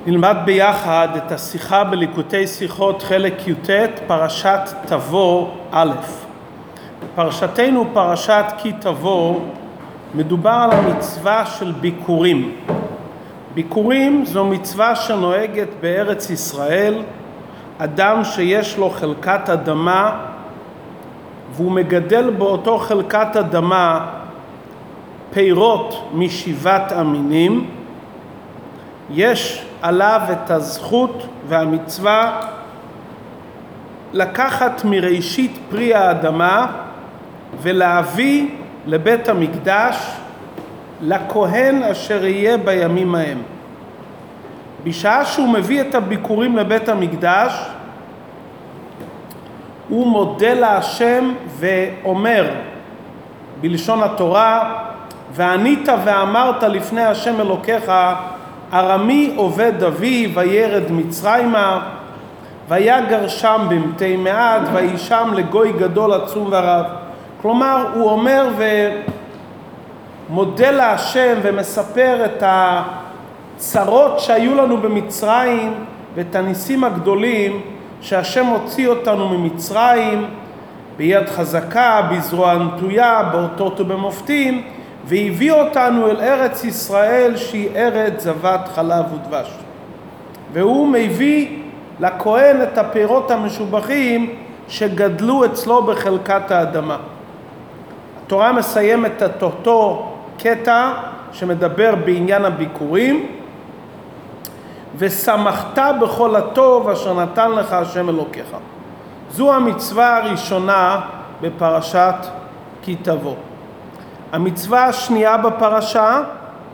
נלמד ביחד את השיחה בליקוטי שיחות חלק י"ט, פרשת תבוא א'. פרשתנו פרשת כי תבוא, מדובר על המצווה של ביקורים. ביקורים זו מצווה שנוהגת בארץ ישראל. אדם שיש לו חלקת אדמה והוא מגדל באותו חלקת אדמה פירות משבעת המינים, יש עליו את הזכות והמצווה לקחת מראשית פרי האדמה ולהביא לבית המקדש לכהן אשר יהיה בימים ההם. בשעה שהוא מביא את הביקורים לבית המקדש, הוא מודה להשם ואומר בלשון התורה, וענית ואמרת לפני השם אלוקיך, ארמי עובד אבי וירד מצרימה ויגר שם במתי מעט וישם לגוי גדול עצום ורב. כלומר הוא אומר ומודה להשם ומספר את הצרות שהיו לנו במצרים ואת הניסים הגדולים שהשם הוציא אותנו ממצרים ביד חזקה, בזרוע נטויה, באותות ובמופתים, והביא אותנו אל ארץ ישראל שהיא ארץ זבת חלב ודבש. והוא מביא לכהן את הפירות המשובחים שגדלו אצלו בחלקת האדמה. התורה מסיימת את אותו קטע שמדבר בעניין הביקורים, ושמחת בכל הטוב אשר נתן לך השם אלוקיך. זו המצווה הראשונה בפרשת כי תבוא. המצווה השנייה בפרשה,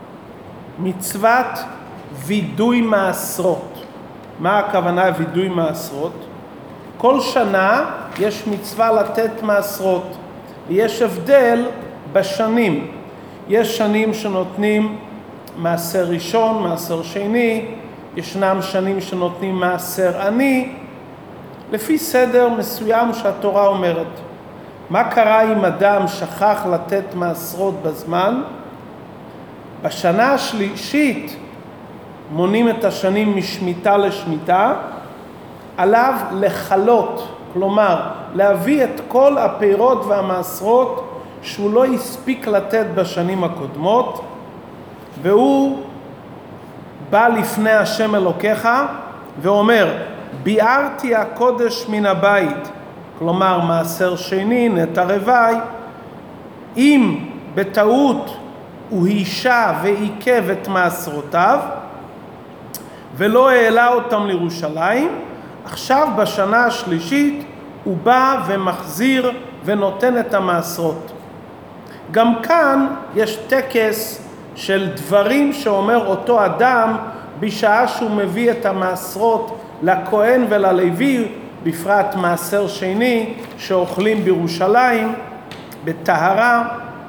מצוות וידוי מעשרות. מה הכוונה וידוי מעשרות? כל שנה יש מצווה לתת מעשרות, ויש הבדל בשנים. יש שנים שנותנים מעשר ראשון, מעשר שני, ישנם שנים שנותנים מעשר עני, לפי סדר מסוים שהתורה אומרת. מה קרה אם אדם שכח לתת מעשרות בזמן? בשנה השלישית מונים את השנים משמיטה לשמיטה, עליו לחלות, כלומר להביא את כל הפירות והמעשרות שהוא לא הספיק לתת בשנים הקודמות, והוא בא לפני השם אלוקיך ואומר, ביארתי הקודש מן הבית, כלומר מעשר שני, נטע רווי, אם בטעות הוא הישה ועיכב את מעשרותיו ולא העלה אותם לירושלים, עכשיו בשנה השלישית הוא בא ומחזיר ונותן את המעשרות. גם כאן יש טקס של דברים שאומר אותו אדם בשעה שהוא מביא את המעשרות לכהן וללוי, בפרט מעשר שני שאוכלים בירושלים בטהרה.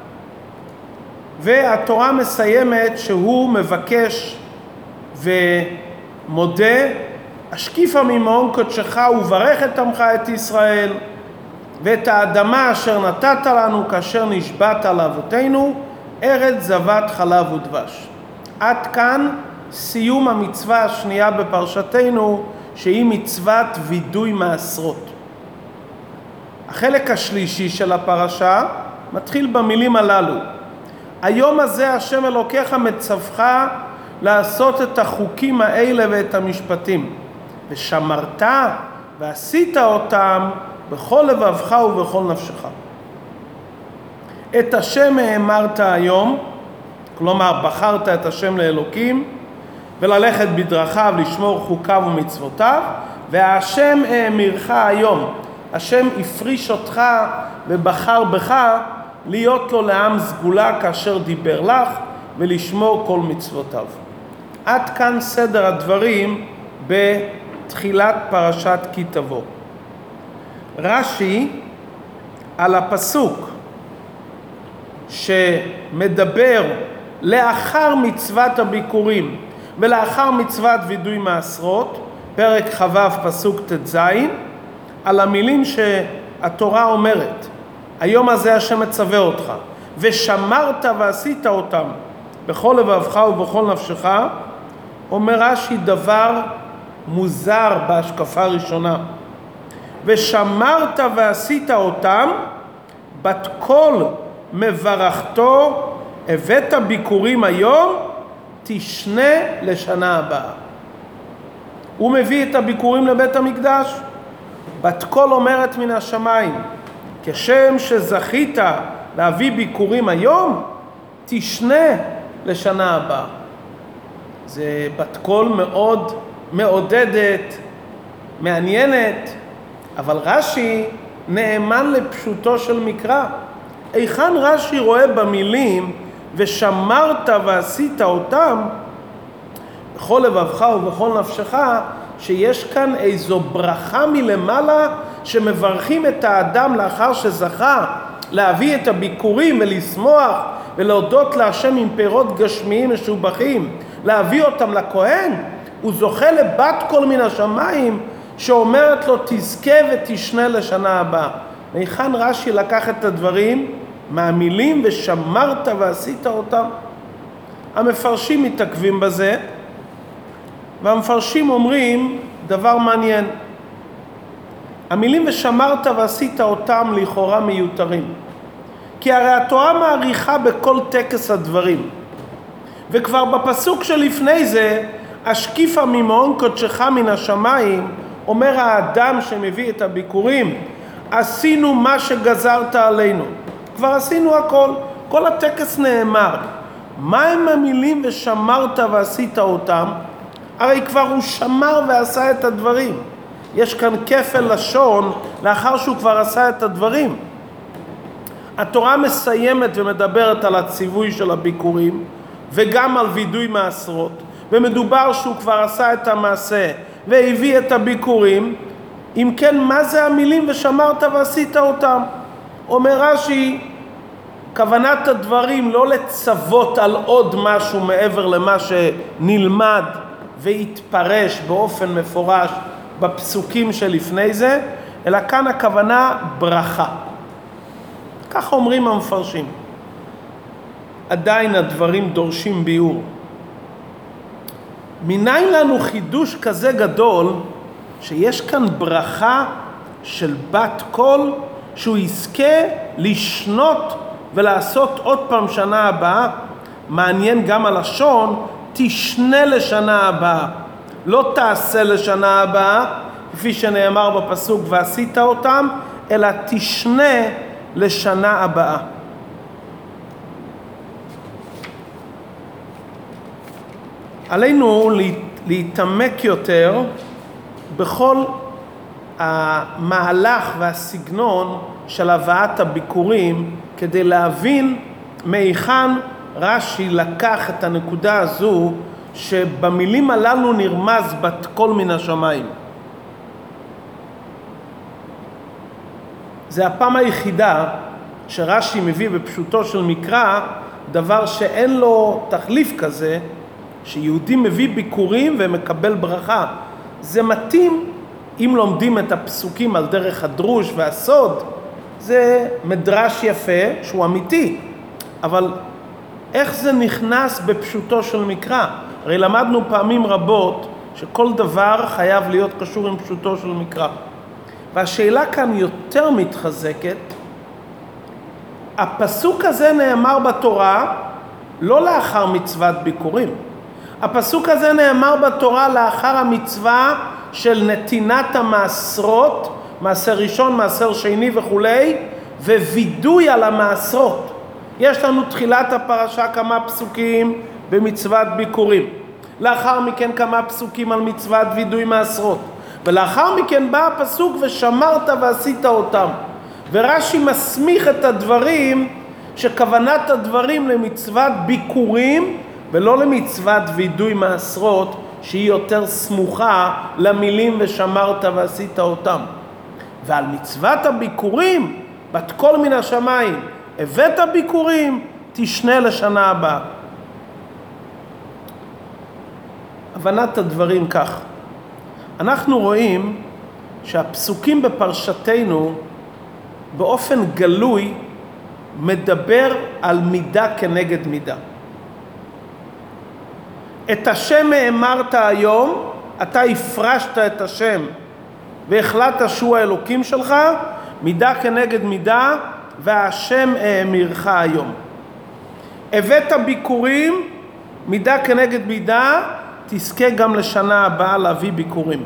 והתורה מסיימת שהוא מבקש ומודה, השקיפה ממעון קודשך וברך את עמך את ישראל ואת האדמה אשר נתת לנו כאשר נשבעת לאבותינו, ארץ זבת חלב ודבש. עד כאן סיום המצווה השנייה בפרשתנו, שהיא מצוות וידוי מעשרות. החלק השלישי של הפרשה מתחיל במילים הללו, היום הזה השם אלוקיך מצווך לעשות את החוקים האלה ואת המשפטים, ושמרת ועשית אותם בכל לבבך ובכל נפשך. את השם האמרת היום, כלומר בחרת את השם לאלוקים, וללכת בדרכיו, לשמור חוקיו ומצוותיו, והשם האמירך היום. השם הפריש אותך ובחר בך להיות לו לעם סגולה כאשר דיבר לך, ולשמור כל מצוותיו. עד כאן סדר הדברים בתחילת פרשת כי תבוא. רש"י על הפסוק שמדבר לאחר מצוות הביקורים ולאחר מצוות וידוי מעשרות, פרק חב"ב פסוק ט"ז, על המילים שהתורה אומרת, היום הזה השם מצווה אותך, ושמרת ועשית אותם בכל לבבך ובכל נפשך, אומר רש"י דבר מוזר בהשקפה הראשונה. ושמרת ועשית אותם, בת קול מברכתו, הבאת ביקורים היום, תשנה לשנה הבאה. הוא מביא את הביקורים לבית המקדש. בת קול אומרת מן השמיים, כשם שזכית להביא ביקורים היום, תשנה לשנה הבאה. זה בת קול מאוד מעודדת, מעניינת, אבל רש"י נאמן לפשוטו של מקרא. היכן רש"י רואה במילים ושמרת ועשית אותם בכל לבבך ובכל נפשך, שיש כאן איזו ברכה מלמעלה שמברכים את האדם לאחר שזכה להביא את הביקורים ולשמוח ולהודות להשם עם פירות גשמיים משובחים, להביא אותם לכהן. הוא זוכה לבת קול מן השמיים שאומרת לו תזכה ותשנה לשנה הבאה. היכן רש"י לקח את הדברים מהמילים ושמרת ועשית אותם? המפרשים מתעכבים בזה, והמפרשים אומרים דבר מעניין. המילים ושמרת ועשית אותם לכאורה מיותרים, כי הרי התורה מעריכה בכל טקס הדברים, וכבר בפסוק שלפני זה, השקיפה ממעון קודשך מן השמיים, אומר האדם שמביא את הביקורים, עשינו מה שגזרת עלינו. כבר עשינו הכל, כל הטקס נאמר. מה הם המילים ושמרת ועשית אותם? הרי כבר הוא שמר ועשה את הדברים. יש כאן כפל לשון לאחר שהוא כבר עשה את הדברים. התורה מסיימת ומדברת על הציווי של הביקורים וגם על וידוי מעשרות, ומדובר שהוא כבר עשה את המעשה והביא את הביקורים. אם כן, מה זה המילים ושמרת ועשית אותם? אומר רש"י, כוונת הדברים לא לצוות על עוד משהו מעבר למה שנלמד והתפרש באופן מפורש בפסוקים שלפני זה, אלא כאן הכוונה ברכה. כך אומרים המפרשים. עדיין הדברים דורשים ביאור. מניין לנו חידוש כזה גדול שיש כאן ברכה של בת קול שהוא יזכה לשנות ולעשות עוד פעם שנה הבאה? מעניין גם הלשון, תשנה לשנה הבאה, לא תעשה לשנה הבאה כפי שנאמר בפסוק ועשית אותם, אלא תשנה לשנה הבאה. עלינו להתעמק יותר בכל המהלך והסגנון של הבאת הביקורים כדי להבין מהיכן רש"י לקח את הנקודה הזו שבמילים הללו נרמז בת קול מן השמיים. זה הפעם היחידה שרש"י מביא בפשוטו של מקרא דבר שאין לו תחליף כזה, שיהודי מביא ביקורים ומקבל ברכה. זה מתאים אם לומדים את הפסוקים על דרך הדרוש והסוד, זה מדרש יפה שהוא אמיתי, אבל איך זה נכנס בפשוטו של מקרא? הרי למדנו פעמים רבות שכל דבר חייב להיות קשור עם פשוטו של מקרא. והשאלה כאן יותר מתחזקת. הפסוק הזה נאמר בתורה לא לאחר מצוות ביקורים. הפסוק הזה נאמר בתורה לאחר המצווה של נתינת המעשרות, מעשר ראשון, מעשר שני וכולי, ווידוי על המעשרות. יש לנו תחילת הפרשה כמה פסוקים במצוות ביקורים. לאחר מכן כמה פסוקים על מצוות וידוי מעשרות. ולאחר מכן בא הפסוק ושמרת ועשית אותם. ורש"י מסמיך את הדברים שכוונת הדברים למצוות ביקורים ולא למצוות וידוי מעשרות, שהיא יותר סמוכה למילים ושמרת ועשית אותם. ועל מצוות הביקורים בת קול מן השמיים, הבאת ביקורים, תשנה לשנה הבאה. הבנת הדברים כך. אנחנו רואים שהפסוקים בפרשתנו באופן גלוי מדבר על מידה כנגד מידה. את השם האמרת היום, אתה הפרשת את השם והחלטת שהוא האלוקים שלך, מידה כנגד מידה, והשם האמירך היום. הבאת ביקורים, מידה כנגד מידה, תזכה גם לשנה הבאה להביא ביקורים.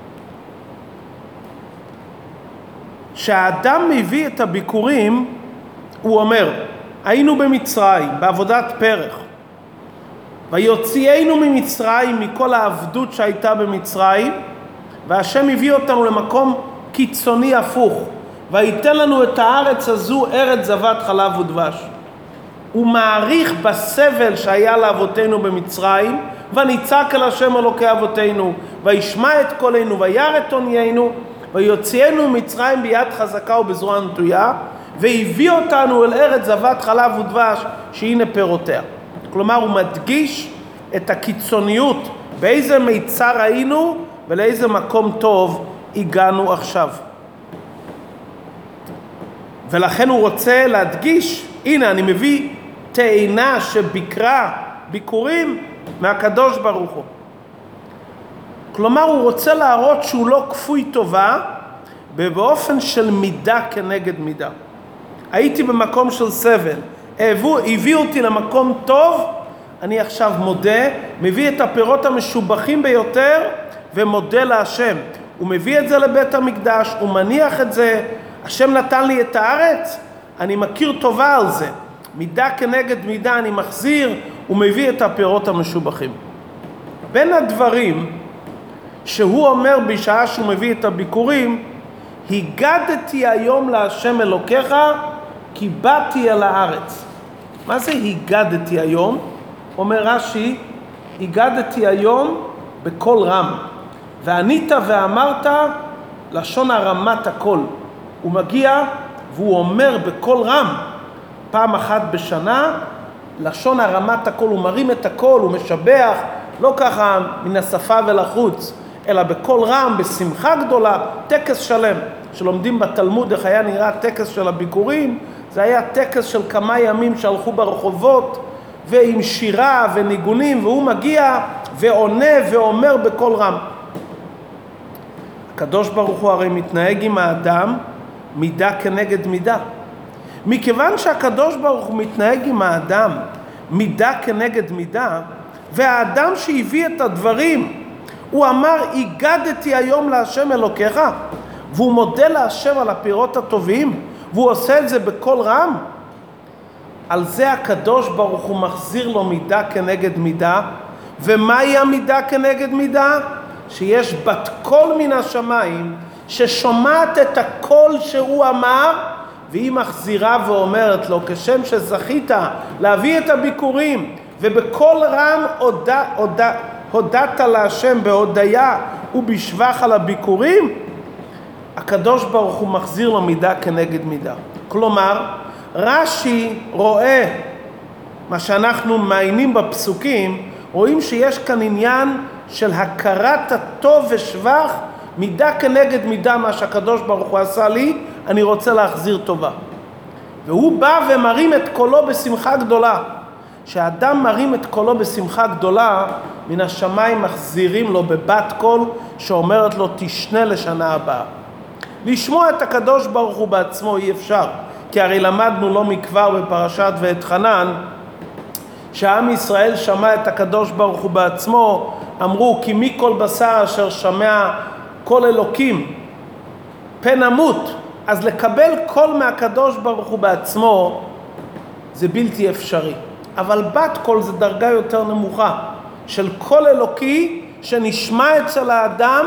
כשהאדם מביא את הביקורים, הוא אומר, היינו במצרים, בעבודת פרח, ויוציאנו ממצרים, מכל העבדות שהייתה במצרים, והשם הביא אותנו למקום קיצוני הפוך, וייתן לנו את הארץ הזו, ארץ זבת חלב ודבש. הוא מעריך בסבל שהיה לאבותינו במצרים, ונצעק אל השם אלוקי אבותינו, וישמע את קולנו, וירא את עוניינו, ויוציאנו ממצרים ביד חזקה ובזרוע נטויה, והביא אותנו אל ארץ זבת חלב ודבש, שהנה פירותיה. כלומר, הוא מדגיש את הקיצוניות, באיזה מיצר היינו ולאיזה מקום טוב הגענו עכשיו. ולכן הוא רוצה להדגיש, הנה אני מביא תאנה שביקרה ביקורים מהקדוש ברוך הוא. כלומר, הוא רוצה להראות שהוא לא כפוי טובה, באופן של מידה כנגד מידה. הייתי במקום של סבל, הביאו אותי למקום טוב, אני עכשיו מודה, מביא את הפירות המשובחים ביותר ומודה להשם. הוא מביא את זה לבית המקדש, הוא מניח את זה, השם נתן לי את הארץ, אני מכיר טובה על זה. מידה כנגד מידה אני מחזיר, הוא מביא את הפירות המשובחים. בין הדברים שהוא אומר בשעה שהוא מביא את הביקורים, הגדתי היום להשם אלוקיך, כי באתי אל הארץ. מה זה הגדתי היום? אומר רש"י, הגדתי היום בקול רם. וענית ואמרת, לשון הרמת הקול. הוא מגיע והוא אומר בקול רם, פעם אחת בשנה, לשון הרמת הקול. הוא מרים את הקול, הוא משבח, לא ככה מן השפה ולחוץ, אלא בקול רם, בשמחה גדולה, טקס שלם. שלומדים בתלמוד איך היה נראה טקס של הביקורים, זה היה טקס של כמה ימים שהלכו ברחובות, ועם שירה וניגונים, והוא מגיע ועונה ואומר בקול רם. הקדוש ברוך הוא הרי מתנהג עם האדם מידה כנגד מידה. מכיוון שהקדוש ברוך הוא מתנהג עם האדם מידה כנגד מידה, והאדם שהביא את הדברים, הוא אמר, הגדתי היום להשם אלוקיך, והוא מודה להשם על הפירות הטובים, והוא עושה את זה בקול רם, על זה הקדוש ברוך הוא מחזיר לו מידה כנגד מידה. ומהי המידה כנגד מידה? שיש בת קול מן השמיים ששומעת את הקול שהוא אמר, והיא מחזירה ואומרת לו, כשם שזכית להביא את הביקורים ובקול רם הודעת להשם בהודיה ובשבח על הביקורים, הקדוש ברוך הוא מחזיר לו מידה כנגד מידה. כלומר, רש"י רואה מה שאנחנו מעיינים בפסוקים, רואים שיש כאן עניין של הכרת הטוב ושבח, מידה כנגד מידה. מה שהקדוש ברוך הוא עשה לי, אני רוצה להחזיר טובה. והוא בא ומרים את קולו בשמחה גדולה. כשאדם מרים את קולו בשמחה גדולה, מן השמיים מחזירים לו בבת קול שאומרת לו תשנה לשנה הבאה. לשמוע את הקדוש ברוך הוא בעצמו אי אפשר, כי הרי למדנו לא מכבר בפרשת ואת חנן, שהעם ישראל שמע את הקדוש ברוך הוא בעצמו, אמרו כי מי כל בשר אשר שמע כל אלוקים פן אמות. אז לקבל קול מהקדוש ברוך הוא בעצמו זה בלתי אפשרי. אבל בת קול זה דרגה יותר נמוכה של קול אלוקי שנשמע אצל האדם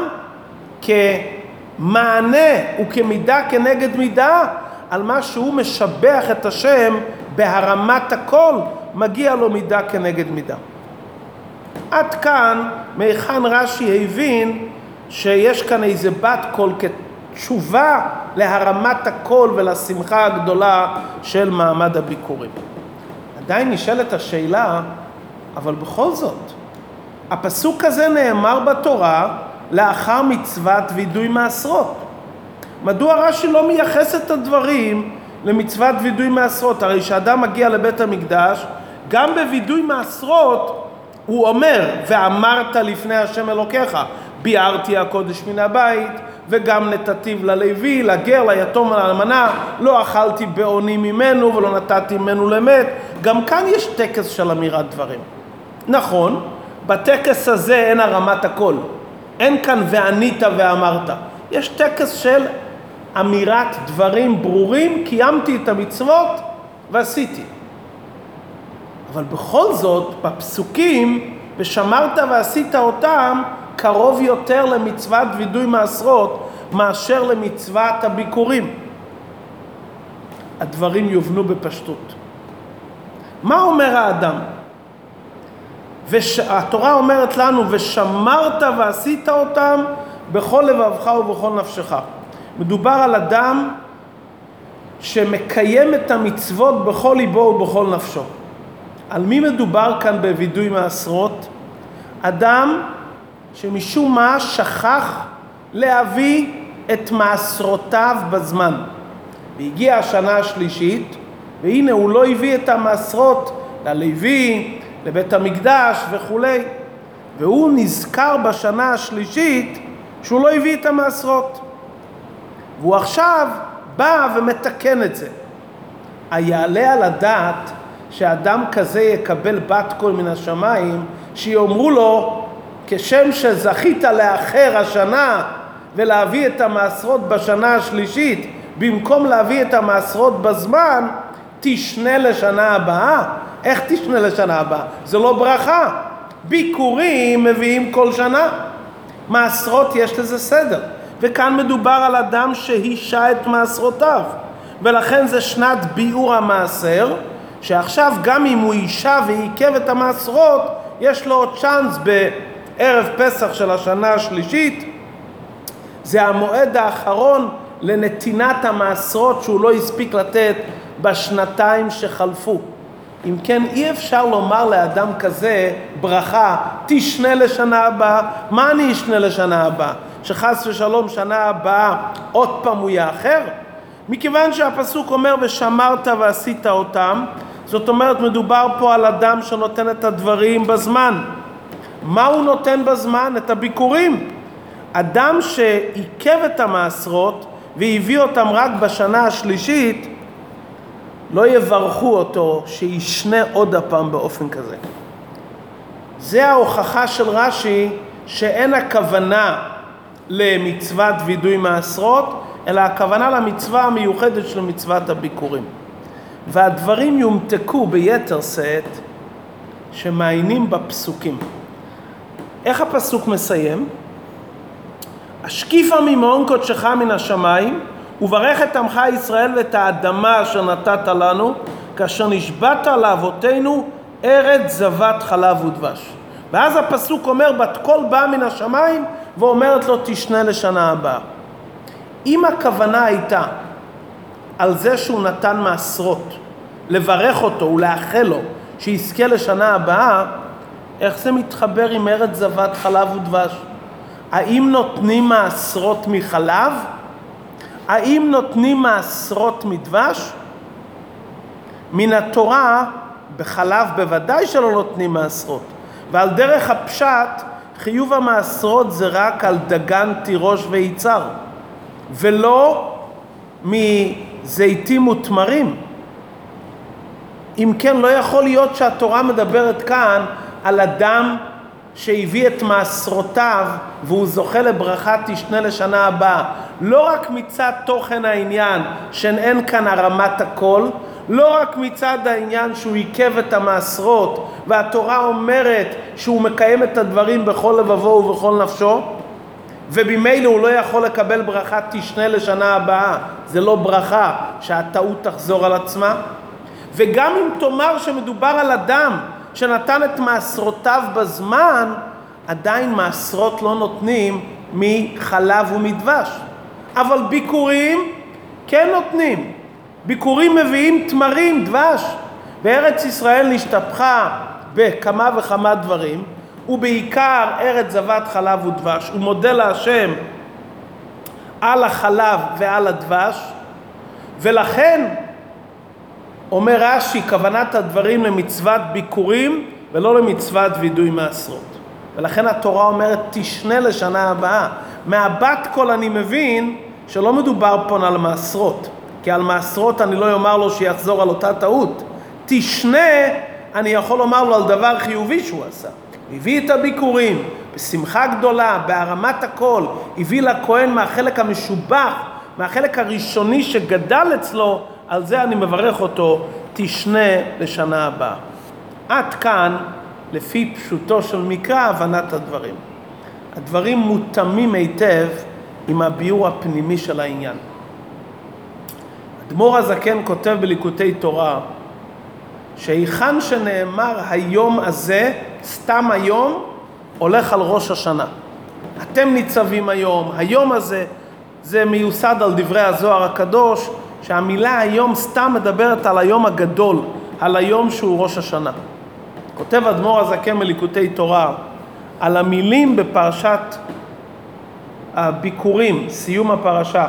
כמענה וכמידה כנגד מידה על מה שהוא משבח את השם בהרמת הקול, מגיע לו מידה כנגד מידה. עד כאן מהיכן רש"י הבין שיש כאן איזה בת קול כתשובה להרמת הקול ולשמחה הגדולה של מעמד הביקורים. עדיין נשאלת השאלה, אבל בכל זאת, הפסוק הזה נאמר בתורה לאחר מצוות וידוי מעשרות. מדוע רש"י לא מייחס את הדברים למצוות וידוי מעשרות? הרי שאדם מגיע לבית המקדש, גם בוידוי מעשרות הוא אומר, ואמרת לפני השם אלוקיך, ביארתי הקודש מן הבית, וגם נתתיו ללוי, לגר, ליתום ולאלמנה, לא אכלתי בעוני ממנו ולא נתתי ממנו למת. גם כאן יש טקס של אמירת דברים. נכון, בטקס הזה אין הרמת הכל. אין כאן וענית ואמרת. יש טקס של אמירת דברים ברורים, קיימתי את המצוות ועשיתי. אבל בכל זאת, בפסוקים, ושמרת ועשית אותם, קרוב יותר למצוות וידוי מעשרות, מאשר למצוות הביקורים. הדברים יובנו בפשטות. מה אומר האדם? התורה אומרת לנו, ושמרת ועשית אותם בכל לבבך ובכל נפשך. מדובר על אדם שמקיים את המצוות בכל ליבו ובכל נפשו. על מי מדובר כאן בווידוי מעשרות? אדם שמשום מה שכח להביא את מעשרותיו בזמן. והגיעה השנה השלישית, והנה הוא לא הביא את המעשרות ללוי, לבית המקדש וכו'. והוא נזכר בשנה השלישית שהוא לא הביא את המעשרות. והוא עכשיו בא ומתקן את זה. היעלה על הדעת שאדם כזה יקבל בת קול מן השמיים, שיאמרו לו, כשם שזכית לאחר השנה ולהביא את המעשרות בשנה השלישית, במקום להביא את המעשרות בזמן, תשנה לשנה הבאה. איך תשנה לשנה הבאה? זה לא ברכה. ביקורים מביאים כל שנה. מעשרות יש לזה סדר. וכאן מדובר על אדם שהישה את מעשרותיו. ולכן זה שנת ביאור המעשר, שעכשיו גם אם הוא אישה ועיכב את המעשרות, יש לו עוד צ'אנס בערב פסח של השנה השלישית. זה המועד האחרון לנתינת המעשרות שהוא לא הספיק לתת בשנתיים שחלפו. אם כן, אי אפשר לומר לאדם כזה ברכה, תשנה לשנה הבאה. מה אני אשנה לשנה הבאה? שחס ושלום שנה הבאה עוד פעם הוא יאחר? מכיוון שהפסוק אומר ושמרת ועשית אותם, זאת אומרת מדובר פה על אדם שנותן את הדברים בזמן. מה הוא נותן בזמן? את הביקורים. אדם שעיכב את המעשרות והביא אותם רק בשנה השלישית, לא יברכו אותו שישנה עוד הפעם באופן כזה. זה ההוכחה של רש"י שאין הכוונה למצוות וידוי מעשרות, אלא הכוונה למצווה המיוחדת של מצוות הביקורים. והדברים יומתקו ביתר שאת שמעיינים בפסוקים. איך הפסוק מסיים? השקיפה ממעון קודשך מן השמיים, וברך את עמך ישראל ואת האדמה אשר נתת לנו, כאשר נשבעת לאבותינו ארץ זבת חלב ודבש. ואז הפסוק אומר, בת קול באה מן השמיים, ואומרת לו תשנה לשנה הבאה. אם הכוונה הייתה על זה שהוא נתן מעשרות, לברך אותו ולאחל לו שיזכה לשנה הבאה, איך זה מתחבר עם ארץ זבת חלב ודבש? האם נותנים מעשרות מחלב? האם נותנים מעשרות מדבש? מן התורה בחלב בוודאי שלא נותנים מעשרות. ועל דרך הפשט חיוב המעשרות זה רק על דגן, תירוש ויצר, ולא מזיתים ותמרים. אם כן, לא יכול להיות שהתורה מדברת כאן על אדם שהביא את מעשרותיו והוא זוכה לברכה תשנה לשנה הבאה. לא רק מצד תוכן העניין שאין כאן הרמת הכל, לא רק מצד העניין שהוא עיכב את המעשרות והתורה אומרת שהוא מקיים את הדברים בכל לבבו ובכל נפשו, ובמילא הוא לא יכול לקבל ברכה תשנה לשנה הבאה. זה לא ברכה שהטעות תחזור על עצמה. וגם אם תאמר שמדובר על אדם שנתן את מעשרותיו בזמן, עדיין מעשרות לא נותנים מחלב ומדבש. אבל ביקורים כן נותנים. ביקורים מביאים תמרים, דבש. בארץ ישראל נשתפכה בכמה וכמה דברים, ובעיקר ארץ זבת חלב ודבש. הוא מודה להשם על החלב ועל הדבש, ולכן אומר רש"י, כוונת הדברים למצוות ביקורים ולא למצוות וידוי מעשרות. ולכן התורה אומרת תשנה לשנה הבאה. מהבת כל אני מבין שלא מדובר פה על מעשרות, כי על מעשרות אני לא אומר לו שיחזור על אותה טעות. תשנה, אני יכול לומר לו על דבר חיובי שהוא עשה. הביא את הביקורים בשמחה גדולה, בהרמת הכל, הביא לכהן מהחלק המשובח, מהחלק הראשוני שגדל אצלו, על זה אני מברך אותו, תשנה לשנה הבאה. עד כאן, לפי פשוטו של מקרא, הבנת הדברים. הדברים מותאמים היטב עם הביאור הפנימי של העניין. אדמו"ר הזקן כותב בליקוטי תורה, שהיכן שנאמר היום הזה, סתם היום, הולך על ראש השנה. אתם ניצבים היום, היום הזה, זה מיוסד על דברי הזוהר הקדוש, שהמילה היום סתם מדברת על היום הגדול, על היום שהוא ראש השנה. כותב אדמו"ר הזקן בליקוטי תורה, על המילים בפרשת הביקורים, סיום הפרשה.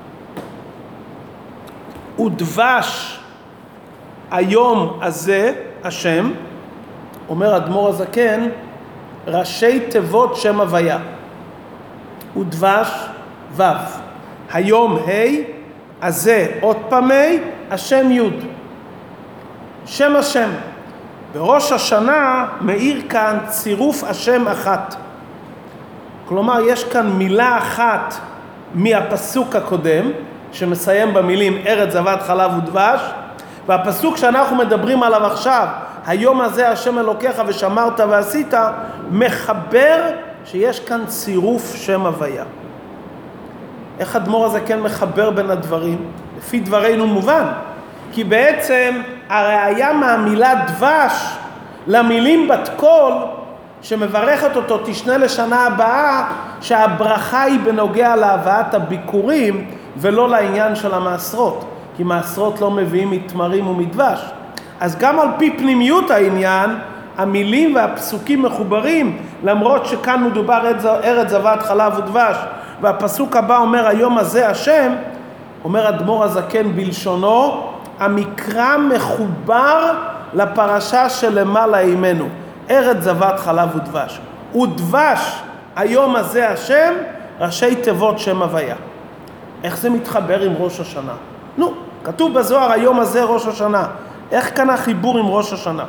ודבש היום הזה, השם, אומר אדמו"ר הזקן, ראשי תיבות שם הוויה. ודבש ו', היום ה', הזה עוד פעם ה', השם י'. שם השם. בראש השנה מאיר כאן צירוף השם אחת. כלומר, יש כאן מילה אחת מהפסוק הקודם, שמסיים במילים ארץ זבת חלב ודבש, והפסוק שאנחנו מדברים עליו עכשיו, היום הזה השם אלוקיך ושמרת ועשית, מחבר שיש כאן צירוף שם הוויה. איך אדמו"ר הזקן מחבר בין הדברים? לפי דברינו מובן, כי בעצם הראיה מהמילה דבש למילים בת קול שמברכת אותו תשנה לשנה הבאה, שהברכה היא בנוגע להבאת הביקורים ולא לעניין של המעשרות, כי מעשרות לא מביאים מתמרים ומדבש. אז גם על פי פנימיות העניין, המילים והפסוקים מחוברים, למרות שכאן מדובר ארץ זבת חלב ודבש, והפסוק הבא אומר היום הזה השם, אומר אדמו"ר הזקן בלשונו, המקרא מחובר לפרשה שלמעלה עימנו, ארץ זבת חלב ודבש. ודבש היום הזה השם, ראשי תיבות שם הוויה. איך זה מתחבר עם ראש השנה? נו, כתוב בזוהר היום הזה ראש השנה. איך כאן החיבור עם ראש השנה?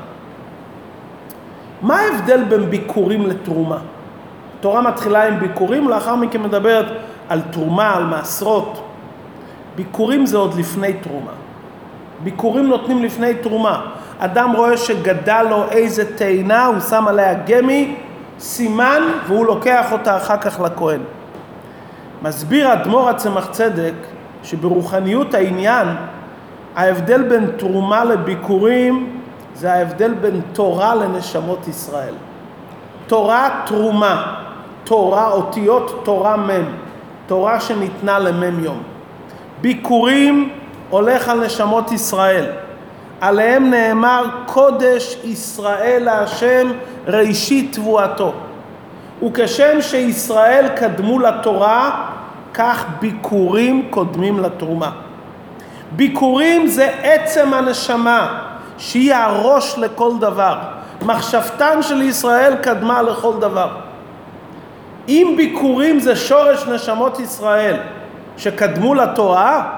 מה ההבדל בין ביקורים לתרומה? התורה מתחילה עם ביקורים, לאחר מכן מדברת על תרומה, על מעשרות. ביקורים זה עוד לפני תרומה. ביקורים נותנים לפני תרומה. אדם רואה שגדל לו איזה תאנה, הוא שם עליה גמי, סימן, והוא לוקח אותה אחר כך לכהן. מסביר אדמו"ר הצמח צדק שברוחניות העניין, ההבדל בין תרומה לביקורים זה ההבדל בין תורה לנשמות ישראל. תורה תרומה, תורה אותיות תורה מם, תורה שניתנה למם יום. ביקורים הולך על נשמות ישראל, עליהם נאמר קודש ישראל להשם ראשית תבואתו. וכשם שישראל קדמו לתורה, כך ביקורים קודמים לתרומה. ביקורים זה עצם הנשמה, שהיא הראש לכל דבר. מחשבתן של ישראל קדמה לכל דבר. אם ביקורים זה שורש נשמות ישראל שקדמו לתורה,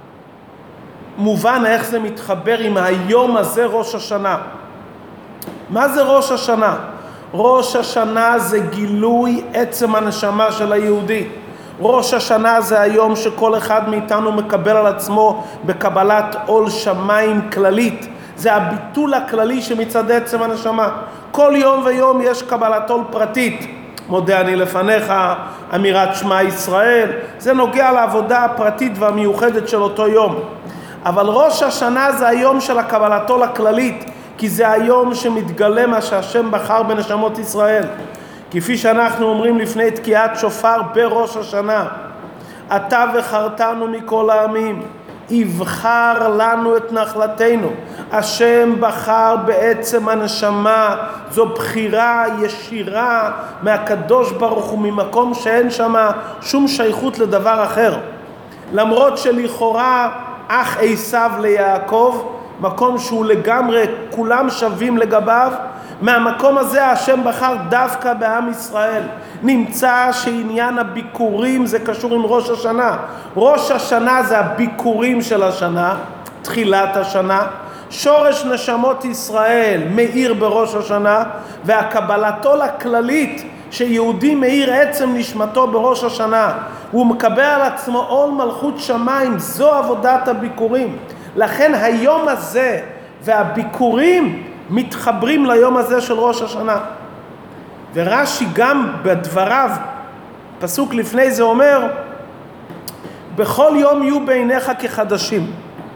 מובן איך זה מתחבר עם היום הזה ראש השנה. מה זה ראש השנה? ראש השנה זה גילוי עצם הנשמה של היהודי. ראש השנה זה היום שכל אחד מאיתנו מקבל על עצמו בקבלת עול שמיים כללית. זה הביטול הכללי שמצד עצם הנשמה. כל יום ויום יש קבלת עול פרטית. מודה אני לפניך, אמירת שמע ישראל. זה נוגע לעבודה הפרטית והמיוחדת של אותו יום. אבל ראש השנה זה היום של הקבלת עול הכללית, כי זה היום שמתגלה מה שהשם בחר בנשמות ישראל. כפי שאנחנו אומרים לפני תקיעת שופר בראש השנה, אתה בחרתנו מכל העמים, יבחר לנו את נחלתנו. השם בחר בעצם הנשמה, זו בחירה ישירה מהקדוש ברוך הוא, ממקום שאין שם שום שייכות לדבר אחר. למרות שלכאורה אח עשיו ליעקב, מקום שהוא לגמרי, כולם שווים לגביו, מהמקום הזה השם בחר דווקא בעם ישראל. נמצא שעניין הביקורים זה קשור עם ראש השנה. ראש השנה זה הביקורים של השנה, תחילת השנה. שורש נשמות ישראל מאיר בראש השנה, והקבלתו לכללית שיהודי מאיר עצם נשמתו בראש השנה. הוא מקבל על עצמו עול מלכות שמיים, זו עבודת הביקורים. לכן היום הזה והביקורים מתחברים ליום הזה של ראש השנה. ורש"י גם בדבריו, פסוק לפני זה אומר, בכל יום יהיו בעיניך כחדשים.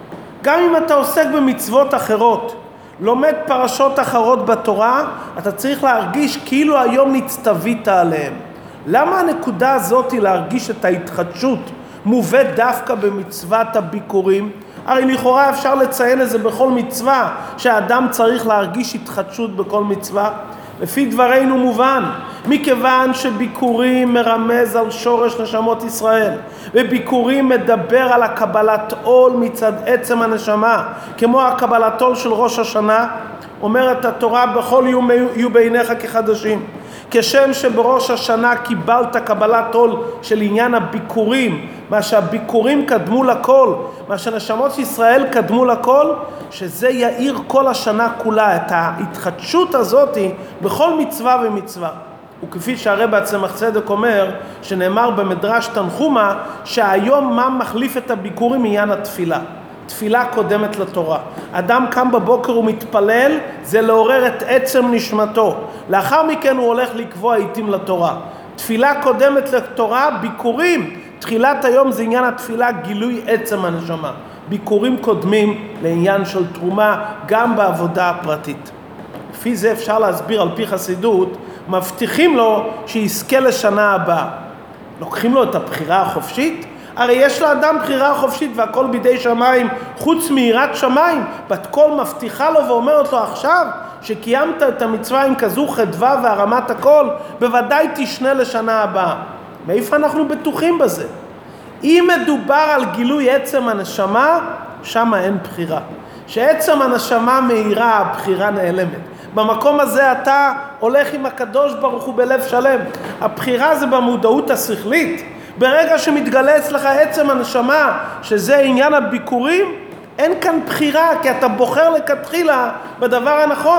גם אם אתה עוסק במצוות אחרות, לומד פרשות אחרות בתורה, אתה צריך להרגיש כאילו היום נצטווית עליהם. למה הנקודה הזאת היא להרגיש את ההתחדשות מובאת דווקא במצוות הביקורים? הרי לכאורה אפשר לציין את זה בכל מצווה, שהאדם צריך להרגיש התחדשות בכל מצווה. לפי דברינו מובן, מכיוון שביקורים מרמז על שורש נשמות ישראל, וביקורים מדבר על הקבלת עול מצד עצם הנשמה, כמו הקבלת עול של ראש השנה, אומרת התורה, בכל יום יהיו בעיניך כחדשים. כשם שבראש השנה קיבלת קבלת עול של עניין הביקורים, מה שהביקורים קדמו לכל, מה שנשמות ישראל קדמו לכל, שזה יאיר כל השנה כולה, את ההתחדשות הזאת בכל מצווה ומצווה. וכפי שהרב הצמח צדק אומר, שנאמר במדרש תנחומה, שהיום מה מחליף את הביקורים? עניין התפילה. תפילה קודמת לתורה. אדם קם בבוקר ומתפלל, זה לעורר את עצם נשמתו. לאחר מכן הוא הולך לקבוע עיתים לתורה. תפילה קודמת לתורה, ביקורים. תחילת היום זה עניין התפילה, גילוי עצם הנשמה. ביקורים קודמים לעניין של תרומה, גם בעבודה הפרטית. לפי זה אפשר להסביר על פי חסידות, מבטיחים לו שיזכה לשנה הבאה. לוקחים לו את הבחירה החופשית? הרי יש לאדם בחירה חופשית והכל בידי שמיים, חוץ מיראת שמיים. בת קול מבטיחה לו ואומרת לו עכשיו שקיימת את המצווה עם כזו חדווה והרמת הכל, בוודאי תשנה לשנה הבאה. מאיפה אנחנו בטוחים בזה? אם מדובר על גילוי עצם הנשמה, שמה אין בחירה. שעצם הנשמה מהירה, הבחירה נעלמת. במקום הזה אתה הולך עם הקדוש ברוך הוא בלב שלם. הבחירה זה במודעות השכלית. ברגע שמתגלה אצלך עצם הנשמה, שזה עניין הביקורים, אין כאן בחירה, כי אתה בוחר לכתחילה בדבר הנכון.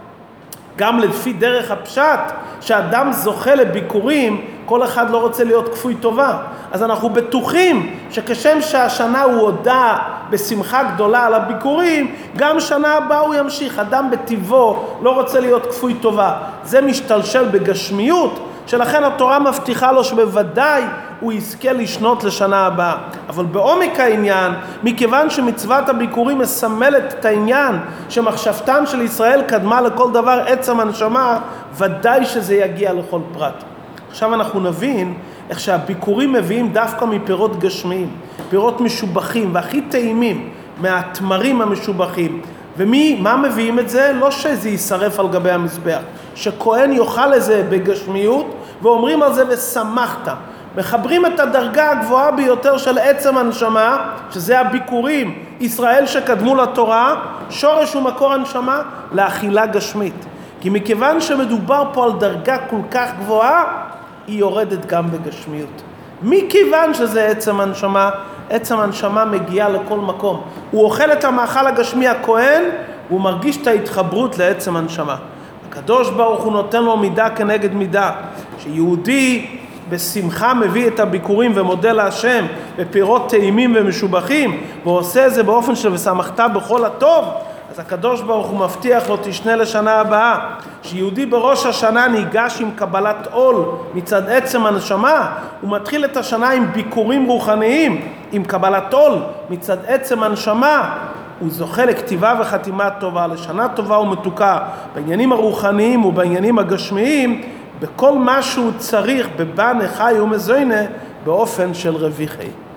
גם לפי דרך הפשט, שאדם זוכה לביקורים, כל אחד לא רוצה להיות כפוי טובה. אז אנחנו בטוחים שכשם שהשנה הוא הודע בשמחה גדולה על הביקורים, גם שנה הבאה הוא ימשיך. אדם בטבעו לא רוצה להיות כפוי טובה. זה משתלשל בגשמיות, שלכן התורה מבטיחה לו שבוודאי הוא יזכה לשנות לשנה הבאה. אבל בעומק העניין, מכיוון שמצוות הביקורים מסמלת את העניין שמחשבתם של ישראל קדמה לכל דבר עצם הנשמה, ודאי שזה יגיע לכל פרט. עכשיו אנחנו נבין איך שהביקורים מביאים דווקא מפירות גשמיים, פירות משובחים והכי טעימים, מהתמרים המשובחים. מה מביאים את זה? לא שזה יישרף על גבי המזבח, שכהן יאכל את זה בגשמיות, ואומרים על זה ושמחת. מחברים את הדרגה הגבוהה ביותר של עצם הנשמה, שזה הביקורים, ישראל שקדמו לתורה, שורש ומקור הנשמה, לאכילה גשמית. כי מכיוון שמדובר פה על דרגה כל כך גבוהה, היא יורדת גם בגשמיות. מכיוון שזה עצם הנשמה, עצם הנשמה מגיעה לכל מקום. הוא אוכל את המאכל הגשמי הכהן, הוא מרגיש את ההתחברות לעצם הנשמה. הקדוש ברוך הוא נותן לו מידה כנגד מידה. שיהודי בשמחה מביא את הביקורים ומודה להשם בפירות טעימים ומשובחים, ועושה את זה באופן של ושמחת בכל הטוב, אז הקדוש ברוך הוא מבטיח לו תשנה לשנה הבאה. שיהודי בראש השנה ניגש עם קבלת עול מצד עצם הנשמה, הוא מתחיל את השנה עם ביקורים רוחניים, עם קבלת עול מצד עצם הנשמה, הוא זוכה לכתיבה וחתימה טובה, לשנה טובה ומתוקה, בעניינים הרוחניים ובעניינים הגשמיים, בכל מה שהוא צריך, בבן חי ומזוינה, באופן של רוויחי.